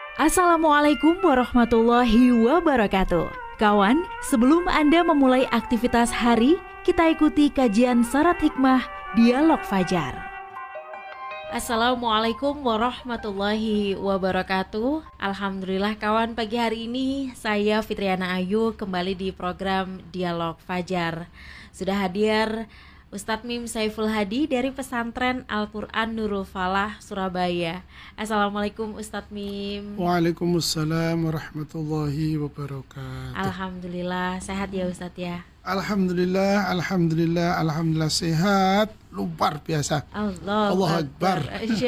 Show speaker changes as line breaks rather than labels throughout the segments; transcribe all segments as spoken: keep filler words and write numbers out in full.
Assalamualaikum warahmatullahi wabarakatuh. Kawan, sebelum Anda memulai aktivitas hari, kita ikuti kajian syarat hikmah Dialog Fajar. Assalamualaikum warahmatullahi wabarakatuh. Alhamdulillah kawan, pagi hari ini saya Fitriana Ayu kembali di program Dialog Fajar. Sudah hadir Ustadz Mim Saiful Hadi dari Pesantren Al-Quran Nurul Falah, Surabaya. Assalamualaikum Ustadz Mim.
Waalaikumsalam warahmatullahi wabarakatuh.
Alhamdulillah, sehat ya Ustadz ya?
Alhamdulillah, Alhamdulillah, Alhamdulillah sehat, luar biasa.
Allah,
Allah Akbar.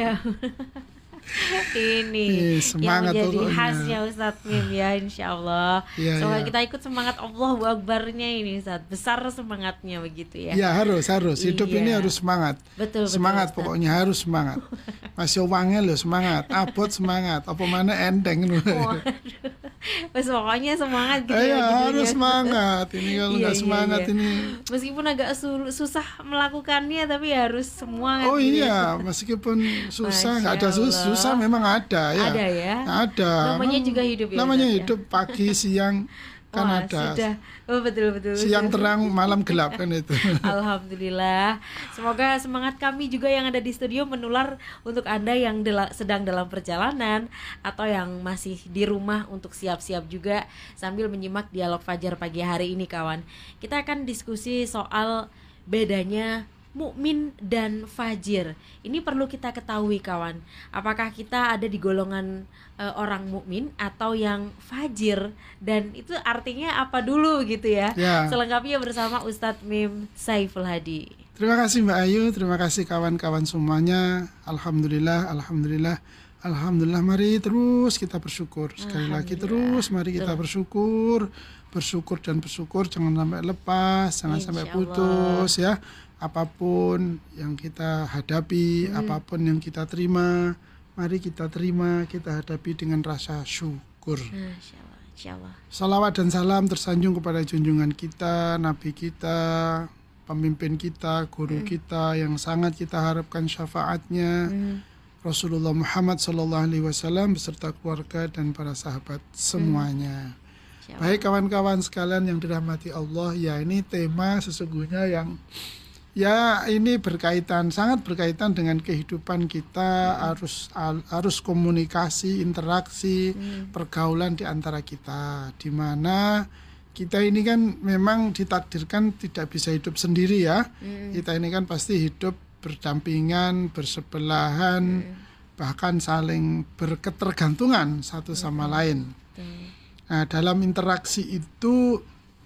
Ini
eh, semangat
yang menjadi
pokoknya.
khasnya Ustadz Mim ya, insya Allah.
Ya,
Semoga
ya.
kita ikut semangat Allahu Akbarnya ini Ustadz. Besar semangatnya begitu ya.
Ya harus, harus. Hidup
Iya.
ini harus semangat.
Betul, betul,
Semangat
Ustadz.
pokoknya harus semangat. Masih wangel loh semangat, abot semangat, apa mana enteng loh.
Waduh. Bes, pokoknya semangat gitu
Iya
ya judulnya.
harus semangat. Ini kalau
Iya,
nggak
iya,
semangat
iya.
ini.
Meskipun agak sul- susah melakukannya tapi harus semangat.
Oh
gitu ya.
iya, meskipun susah, nggak ada
Masya
sus
Allah.
susah memang ada ya.
Ada ya?
Ada.
Namanya
Memang
juga hidup ya,
Namanya
Ustadz, ya?
hidup pagi, siang kan
Wah,
ada.
sudah. Oh, betul betul.
Siang
betul.
terang, malam gelap kan itu.
Alhamdulillah. Semoga semangat kami juga yang ada di studio menular untuk Anda yang dela- sedang dalam perjalanan atau yang masih di rumah untuk siap-siap juga sambil menyimak Dialog Fajar pagi hari ini kawan. Kita akan diskusi soal bedanya mukmin dan fajir. Ini perlu kita ketahui kawan. Apakah kita ada di golongan e, orang mukmin atau yang fajir, dan itu artinya apa dulu gitu ya.
Ya.
Selengkapnya bersama Ustadz Mim Saiful Hadi.
Terima kasih Mbak Ayu, terima kasih kawan-kawan semuanya. Alhamdulillah, alhamdulillah, alhamdulillah. Mari terus kita bersyukur. Sekali lagi
Alhamdulillah.
terus, mari kita
Betul.
bersyukur, bersyukur dan bersyukur. Jangan sampai lepas, jangan
Insya
sampai
Allah.
putus ya. Apapun yang kita hadapi,
Hmm.
apapun yang kita terima, mari kita terima, kita hadapi dengan rasa syukur.
Masya Allah, insya Allah.
Salawat dan salam tersanjung kepada junjungan kita, Nabi kita, pemimpin kita, guru kita yang sangat kita harapkan syafaatnya,
Hmm.
Rasulullah Muhammad Sallallahu Alaihi Wasallam beserta keluarga dan para sahabat semuanya.
Insya Allah.
Baik kawan-kawan sekalian yang dirahmati Allah, ya ini tema sesungguhnya yang ya ini berkaitan, sangat berkaitan dengan kehidupan kita, harus al- harus komunikasi, interaksi, pergaulan di antara kita, di mana kita ini kan memang ditakdirkan tidak bisa hidup sendiri ya. Kita ini kan pasti hidup berdampingan, bersebelahan, bahkan saling berketergantungan satu sama lain.
Betul.
Nah, dalam interaksi itu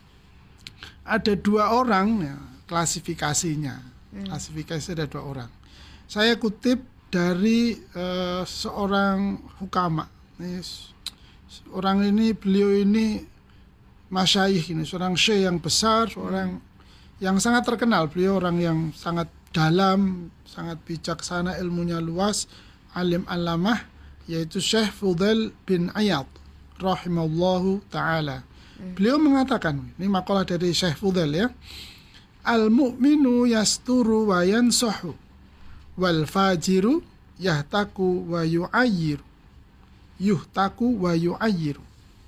ada dua orang ya, klasifikasinya. Klasifikasi ada dua orang. Saya kutip dari eh, seorang hukama. Ini, s- orang ini, beliau ini masyayikh ini, seorang syekh yang besar, seorang yang sangat terkenal. Beliau orang yang sangat dalam, sangat bijaksana, ilmunya luas, alim alamah, yaitu Syekh Fudail bin Iyad rahimallahu ta'ala. Beliau mengatakan, ini makalah dari Syekh Fudail ya, al-mu'minu yasturu wa yansahu wal fajiru yahtaku wa yu'ayyiru yuhtaku wa yu'ayyiru.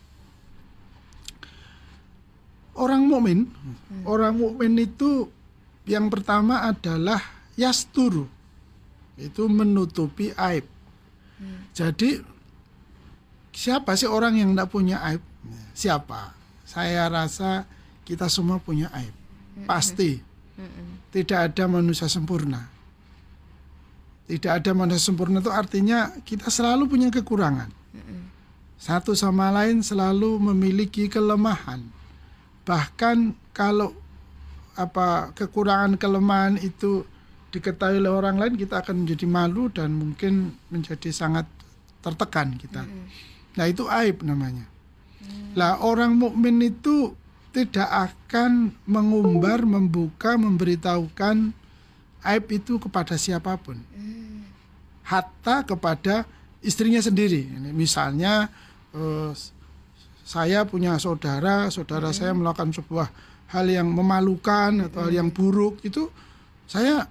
Orang mukmin, orang mukmin itu yang pertama adalah yasturu, itu menutupi aib. Jadi siapa sih orang yang tidak punya aib? Siapa? Saya rasa kita semua punya aib. Pasti. Tidak ada manusia sempurna. Tidak ada manusia sempurna itu artinya kita selalu punya kekurangan. Satu sama lain selalu memiliki kelemahan. Bahkan kalau apa kekurangan kelemahan itu diketahui oleh orang lain, kita akan menjadi malu dan mungkin menjadi sangat tertekan kita. Nah, itu aib namanya. Lah orang mukmin itu tidak akan mengumbar, membuka, memberitahukan aib itu kepada siapapun. Hatta kepada istrinya sendiri. Ini misalnya eh, saya punya saudara, saudara saya melakukan sebuah hal yang memalukan atau hal yang buruk, itu saya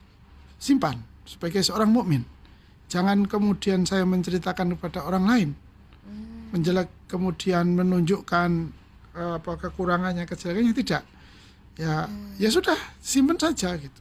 simpan sebagai seorang mukmin. Jangan kemudian saya menceritakan kepada orang lain. menjelek kemudian menunjukkan uh, apa kekurangannya, kejelekannya, tidak. Ya, hmm. ya sudah, simpen saja gitu.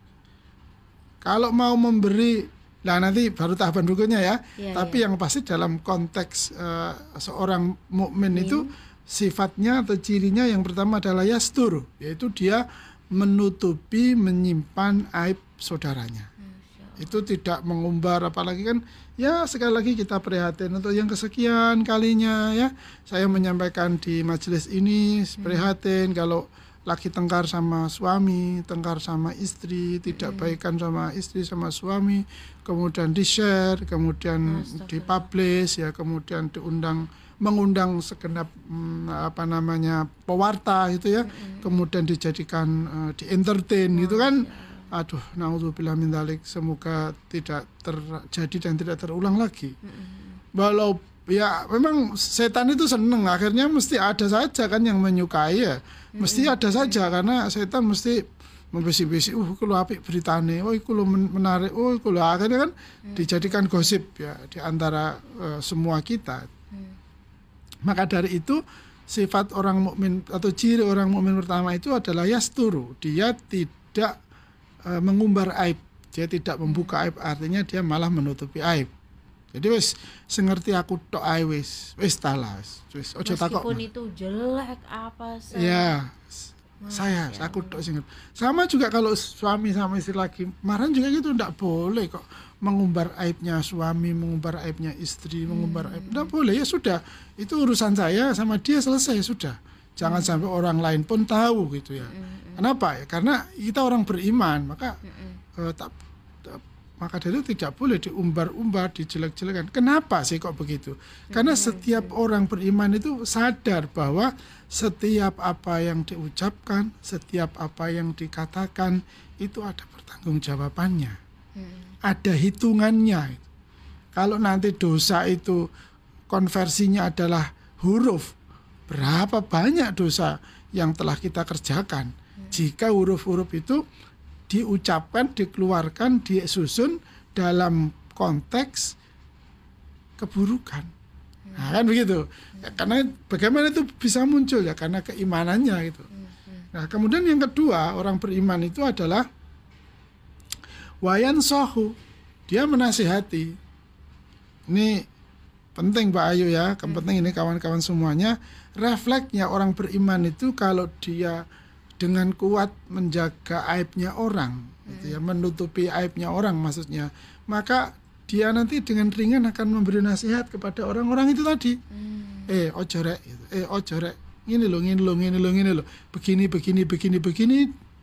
Kalau mau memberi, nah nanti baru tahapan berikutnya ya. ya Tapi ya. Yang pasti dalam konteks uh, seorang mukmin itu sifatnya atau cirinya yang pertama adalah yastur, yaitu dia menutupi, menyimpan aib saudaranya. Itu tidak mengumbar, apalagi kan ya sekali lagi kita prihatin untuk yang kesekian kalinya ya. Saya menyampaikan di majelis ini prihatin hmm. kalau lagi tengkar sama suami, tengkar sama istri, tidak hmm. baikan sama istri sama suami, kemudian di-share, kemudian dipublish ya, kemudian diundang mengundang segenap hmm, apa namanya pewarta itu ya, hmm. kemudian dijadikan uh, di-entertain oh, gitu kan. Ya. Aduh, naudzubillah min dzalik, semoga tidak terjadi dan tidak terulang lagi. Mm-hmm. Walau ya memang setan itu seneng, akhirnya mesti ada saja kan yang menyukai ya. Mm-hmm. Mesti ada saja karena setan mesti membisi-bisi, uh kulo apik beritane, oh kulo menarik, oh kulo akhirnya kan mm-hmm. dijadikan gosip ya di antara uh, semua kita. Mm-hmm. Maka dari itu sifat orang mukmin atau ciri orang mukmin pertama itu adalah yasturu, dia tidak mengumbar aib, dia tidak membuka aib, artinya dia malah menutupi aib. Jadi wis sengerti aku tok ae wis, wis talah wis, wis ojo takok.
Meskipun itu jelek apa sih?
Ya, saya aku tok sing. Sama juga kalau suami sama istri lagi marah juga gitu, ndak boleh kok mengumbar aibnya suami, mengumbar aibnya istri, hmm. mengumbar aib. Ndak boleh, ya sudah. Itu urusan saya sama dia, selesai sudah. Jangan hmm. sampai orang lain pun tahu gitu ya. Hmm. Kenapa ya? Karena kita orang beriman, maka uh, tak, tak, maka dari itu tidak boleh diumbar-umbar, dijelek-jelekan. Kenapa sih kok begitu? Karena setiap orang beriman itu sadar bahwa setiap apa yang diucapkan, setiap apa yang dikatakan itu ada pertanggungjawabannya, hmm. ada hitungannya. Kalau nanti dosa itu konversinya adalah huruf, berapa banyak dosa yang telah kita kerjakan? Jika huruf-huruf itu diucapkan, dikeluarkan, disusun dalam konteks keburukan. Nah, kan begitu. Ya, karena bagaimana itu bisa muncul ya, karena keimanannya itu. Nah, kemudian yang kedua, orang beriman itu adalah wayan sohu, dia menasihati. Ini penting Pak Ayu ya, penting ini kawan-kawan semuanya. Refleksnya orang beriman itu kalau dia dengan kuat menjaga aibnya orang, hmm. gitu ya, menutupi aibnya orang maksudnya, maka dia nanti dengan ringan akan memberi nasihat kepada orang-orang itu tadi. Hmm. Eh, ojo rek, gitu. eh ojo rek, ini lo, ini lo, ini lo, ini lo, begini, begini, begini, begini.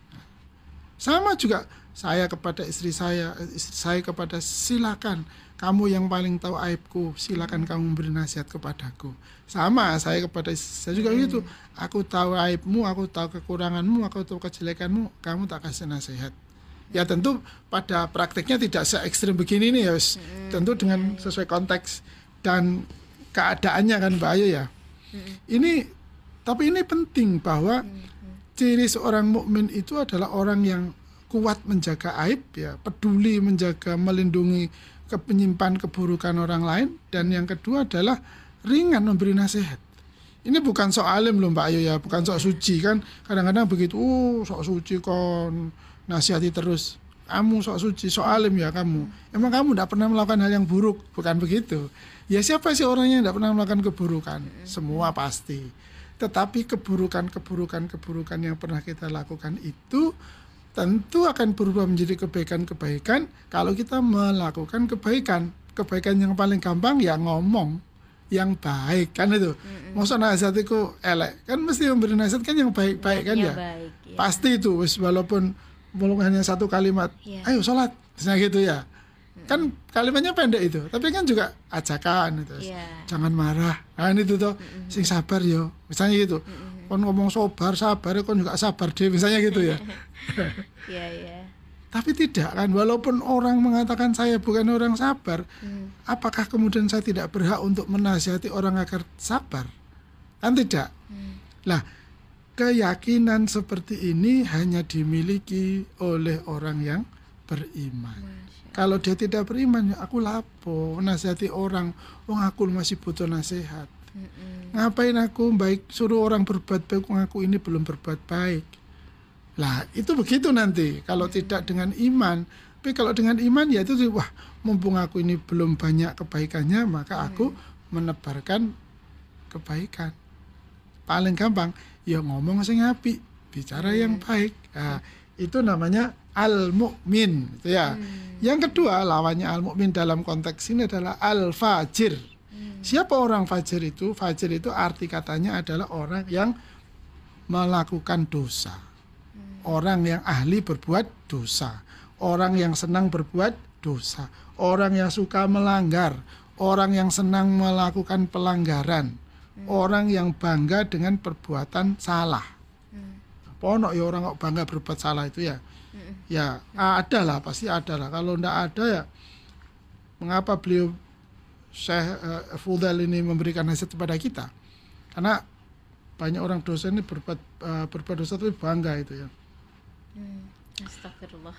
Sama juga saya kepada istri saya, istri saya kepada silakan. Kamu yang paling tahu aibku, silakan kamu beri nasihat kepadaku. Sama saya kepada saya juga hmm. gitu. Aku tahu aibmu, aku tahu kekuranganmu, aku tahu kejelekanmu, kamu tak kasih nasihat. Ya tentu pada prakteknya tidak se ekstrim begini nih ya, hmm. tentu dengan sesuai konteks dan keadaannya kan Mbak Ayu ya. Hmm. Ini tapi ini penting bahwa hmm. ciri seorang mukmin itu adalah orang yang kuat menjaga aib ya, peduli menjaga, melindungi penyimpan keburukan orang lain, dan yang kedua adalah ringan memberi nasihat. Ini bukan sok alim loh Mbak Ayu ya, bukan sok suci kan. Kadang-kadang begitu, oh sok suci kon nasihati terus. Kamu sok suci, sok alim ya kamu. Emang kamu tidak pernah melakukan hal yang buruk? Bukan begitu. Ya siapa sih orang yang tidak pernah melakukan keburukan? Semua pasti. Tetapi keburukan-keburukan-keburukan yang pernah kita lakukan itu tentu akan berubah menjadi kebaikan-kebaikan kalau kita melakukan kebaikan. Kebaikan yang paling gampang ya ngomong yang baik kan itu. Mm-hmm. Masa nasihatiku elek, kan mesti memberi nasihat kan yang baik-baik kan ya. Baik, ya. Pasti itu walaupun walaupun hanya satu kalimat, yeah. Ayo sholat, misalnya gitu ya. Mm-hmm. Kan kalimatnya pendek itu, tapi kan juga ajakan itu. Yeah. Jangan marah, kan itu tuh, mm-hmm. sing sabar yo, misalnya gitu. Mm-hmm. Kon ngomong sabar, sabar, kon juga sabar deh, misalnya gitu ya. Iya, iya. Tapi tidak kan, walaupun orang mengatakan saya bukan orang sabar, hmm. apakah kemudian saya tidak berhak untuk menasihati orang agar sabar? Kan tidak. Hmm. Nah, keyakinan seperti ini hanya dimiliki oleh orang yang beriman. Masya. Kalau dia tidak beriman, ya aku lapo menasihati orang, wong aku masih butuh nasihat.
Mm-mm.
Ngapain aku baik suruh orang berbuat baik, aku ini belum berbuat baik. Lah itu begitu nanti kalau hmm. tidak dengan iman. Tapi kalau dengan iman ya itu wah, mumpung aku ini belum banyak kebaikannya, maka aku hmm. menebarkan kebaikan. Paling gampang ya ngomong sing apik, bicara hmm. yang baik. Nah, itu namanya al-mu'min itu ya. Hmm. Yang kedua lawannya al-mu'min dalam konteks ini adalah al-fajir. Hmm. Siapa orang fajir itu? Fajir itu arti katanya adalah orang yang melakukan dosa. Orang yang ahli berbuat dosa, orang yang senang berbuat dosa, orang yang suka melanggar, orang yang senang melakukan pelanggaran, hmm. orang yang bangga dengan perbuatan salah. Hmm. Pono ya orang kok bangga berbuat salah itu ya, hmm. ya ada lah, pasti ada lah. Kalau ndak ada ya, mengapa beliau Syekh uh, Fudail ini memberikan nasihat kepada kita? Karena banyak orang dosa ini berbuat uh, berbuat dosa tapi bangga itu ya.
Hmm, astagfirullah.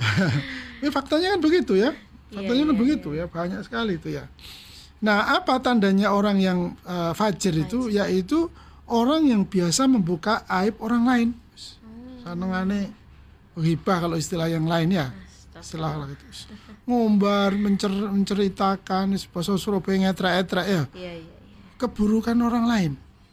Ya, faktanya kan begitu ya. Faktanya
yeah,
kan
yeah,
begitu
yeah.
ya, banyak sekali itu ya. Nah, apa tandanya orang yang uh, fajir itu?
Fajir.
Yaitu orang yang biasa membuka aib orang lain. Hmm. Senengane ghibah kalau istilah yang lain ya. Istilah gitu. Ngumbar, mencer, menceritakan bahasa Surabaya ngetrek-etrek ya.
Yeah, yeah, yeah.
Keburukan orang lain.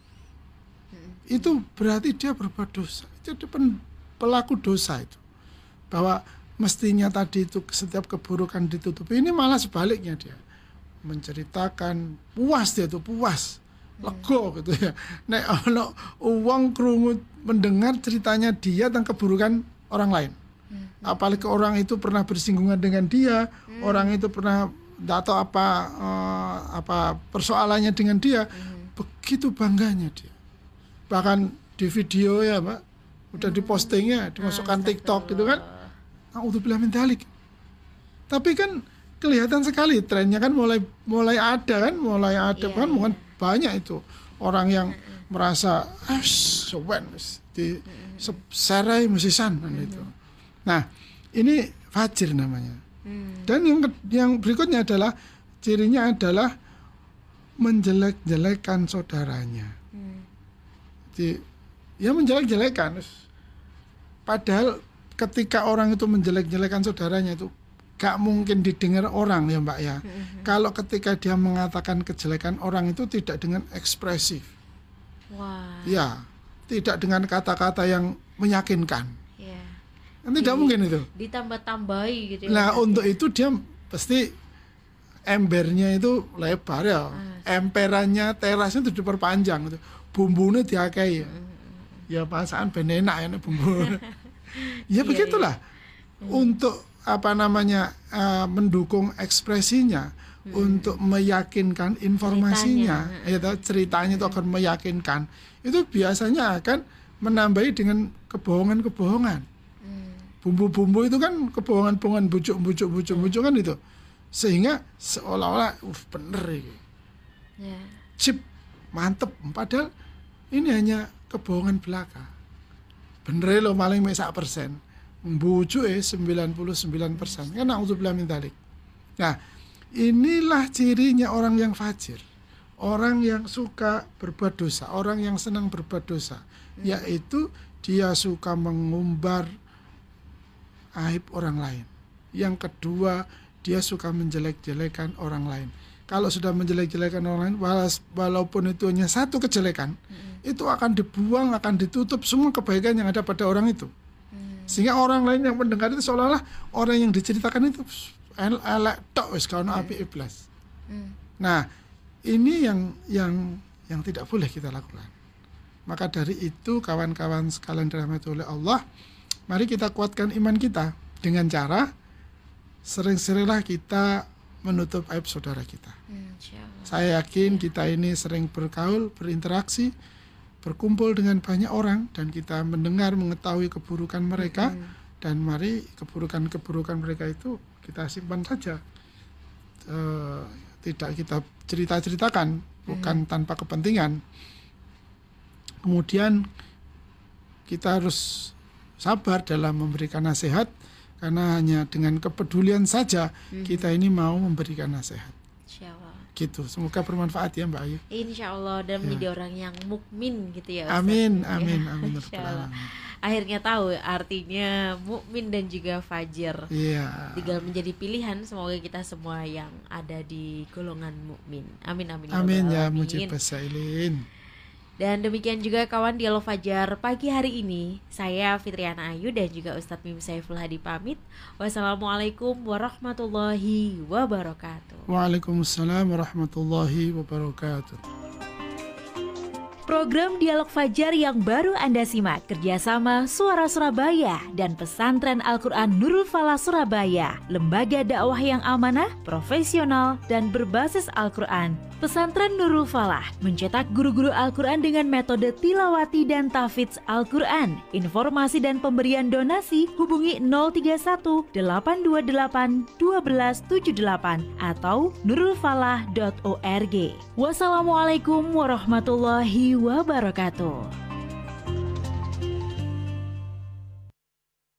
Hmm. Itu berarti dia berbuat dosa. Itu pen pelaku dosa itu, bahwa mestinya tadi itu setiap keburukan ditutupi, ini malah sebaliknya dia menceritakan, puas dia tuh puas, lego gitu ya. Nek ono uang krungu mendengar ceritanya dia tentang keburukan orang lain, hmm. apalagi orang itu pernah bersinggungan dengan dia, hmm. orang itu pernah atau apa uh, apa persoalannya dengan dia, hmm. begitu bangganya dia, bahkan di video ya Pak. Udah dipostingnya, dimasukkan TikTok gitu kan. Naudzubillah min dzalik. Tapi kan kelihatan sekali trennya kan mulai mulai ada kan, mulai ada yeah, kan bukan yeah. banyak itu orang yang mm-hmm. merasa ah sowan di mm-hmm. serai musisan kan mm-hmm. itu. Nah, ini fajir namanya. Mm. Dan yang yang berikutnya adalah cirinya adalah menjelek-jelekan saudaranya. Mm. Jadi ya menjelek-jelekan. Padahal ketika orang itu menjelek-jelekan saudaranya itu gak mungkin didengar orang ya Mbak ya. Mm-hmm. Kalau ketika dia mengatakan kejelekan orang itu tidak dengan ekspresif. Wah. Ya, tidak dengan kata-kata yang meyakinkan. Yeah. Kan tidak Di, mungkin itu.
Ditambah-tambahi gitu ya.
Nah, untuk ya. itu dia pasti embernya itu lebar ya. Ah, emperannya, terasnya itu diperpanjang gitu. Bumbunya diakai ya. Mm-hmm. Ya masakan ben enak ya bumbu. Ya begitulah. Iya, iya. Untuk apa namanya uh, mendukung ekspresinya, hmm. untuk meyakinkan informasinya, ceritanya, ya, ceritanya itu akan meyakinkan. Itu biasanya akan menambahi dengan kebohongan-kebohongan. Hmm. Bumbu-bumbu itu kan kebohongan-kebohongan, bujuk-bujuk-bujuk-bujuk kan itu. Sehingga seolah-olah uh, bener ini. Yeah. Cip, mantep. Padahal ini hanya kebohongan belaka. Bener lo maling mek sak persen. Mbujuk eh sembilan puluh sembilan persen. Kan naudzubillah min dzalik. Nah, inilah cirinya orang yang fajir. Orang yang suka berbuat dosa, orang yang senang berbuat dosa, hmm. yaitu dia suka mengumbar aib orang lain. Yang kedua, dia suka menjelek-jelekan orang lain. Kalau sudah menjelek-jelekan orang lain, walaupun itu hanya satu kejelekan, hmm. itu akan dibuang, akan ditutup semua kebaikan yang ada pada orang itu. Hmm. Sehingga orang lain yang mendengar itu seolah-olah orang yang diceritakan itu elek tok wis kana api iblis. Hmm. Nah, ini yang yang yang tidak boleh kita lakukan. Maka dari itu kawan-kawan sekalian dirahmati oleh Allah, mari kita kuatkan iman kita dengan cara sering-seringlah kita menutup aib saudara kita. Saya yakin kita ini sering bergaul, berinteraksi, berkumpul dengan banyak orang dan kita mendengar, mengetahui keburukan mereka, hmm. dan mari keburukan-keburukan mereka itu kita simpan saja. E, tidak kita cerita-ceritakan, bukan hmm. tanpa kepentingan. Kemudian kita harus sabar dalam memberikan nasihat, karena hanya dengan kepedulian saja hmm. kita ini mau memberikan nasihat.
Insya Allah.
Gitu. Semoga bermanfaat ya Mbak Ayu.
Insya Allah, dan
Ya.
menjadi orang yang mukmin gitu ya Ustaz.
Amin,
Ya.
amin, amin.
Insya
Rabbal
Allah.
alamin.
Akhirnya tahu artinya mukmin dan juga fajir.
Iya.
Tinggal menjadi pilihan, semoga kita semua yang ada di golongan mukmin. Amin amin.
Amin ya
Rabbal
mujib
alamin.
basailin.
Dan demikian juga kawan Dialog Fajar pagi hari ini. Saya Fitriana Ayu dan juga Ustadz Mim Saiful Hadi pamit. Wassalamualaikum warahmatullahi wabarakatuh.
Waalaikumsalam warahmatullahi wabarakatuh.
Program Dialog Fajar yang baru Anda simak kerjasama Suara Surabaya dan Pesantren Al-Quran Nurul Falah Surabaya, lembaga dakwah yang amanah, profesional, dan berbasis Al-Quran. Pesantren Nurul Falah mencetak guru-guru Al-Quran dengan metode tilawati dan tahfidz Al-Quran. Informasi dan pemberian donasi hubungi nol tiga satu delapan dua delapan satu dua tujuh delapan atau nurulfalah dot org. Wassalamualaikum warahmatullahi wabarakatuh.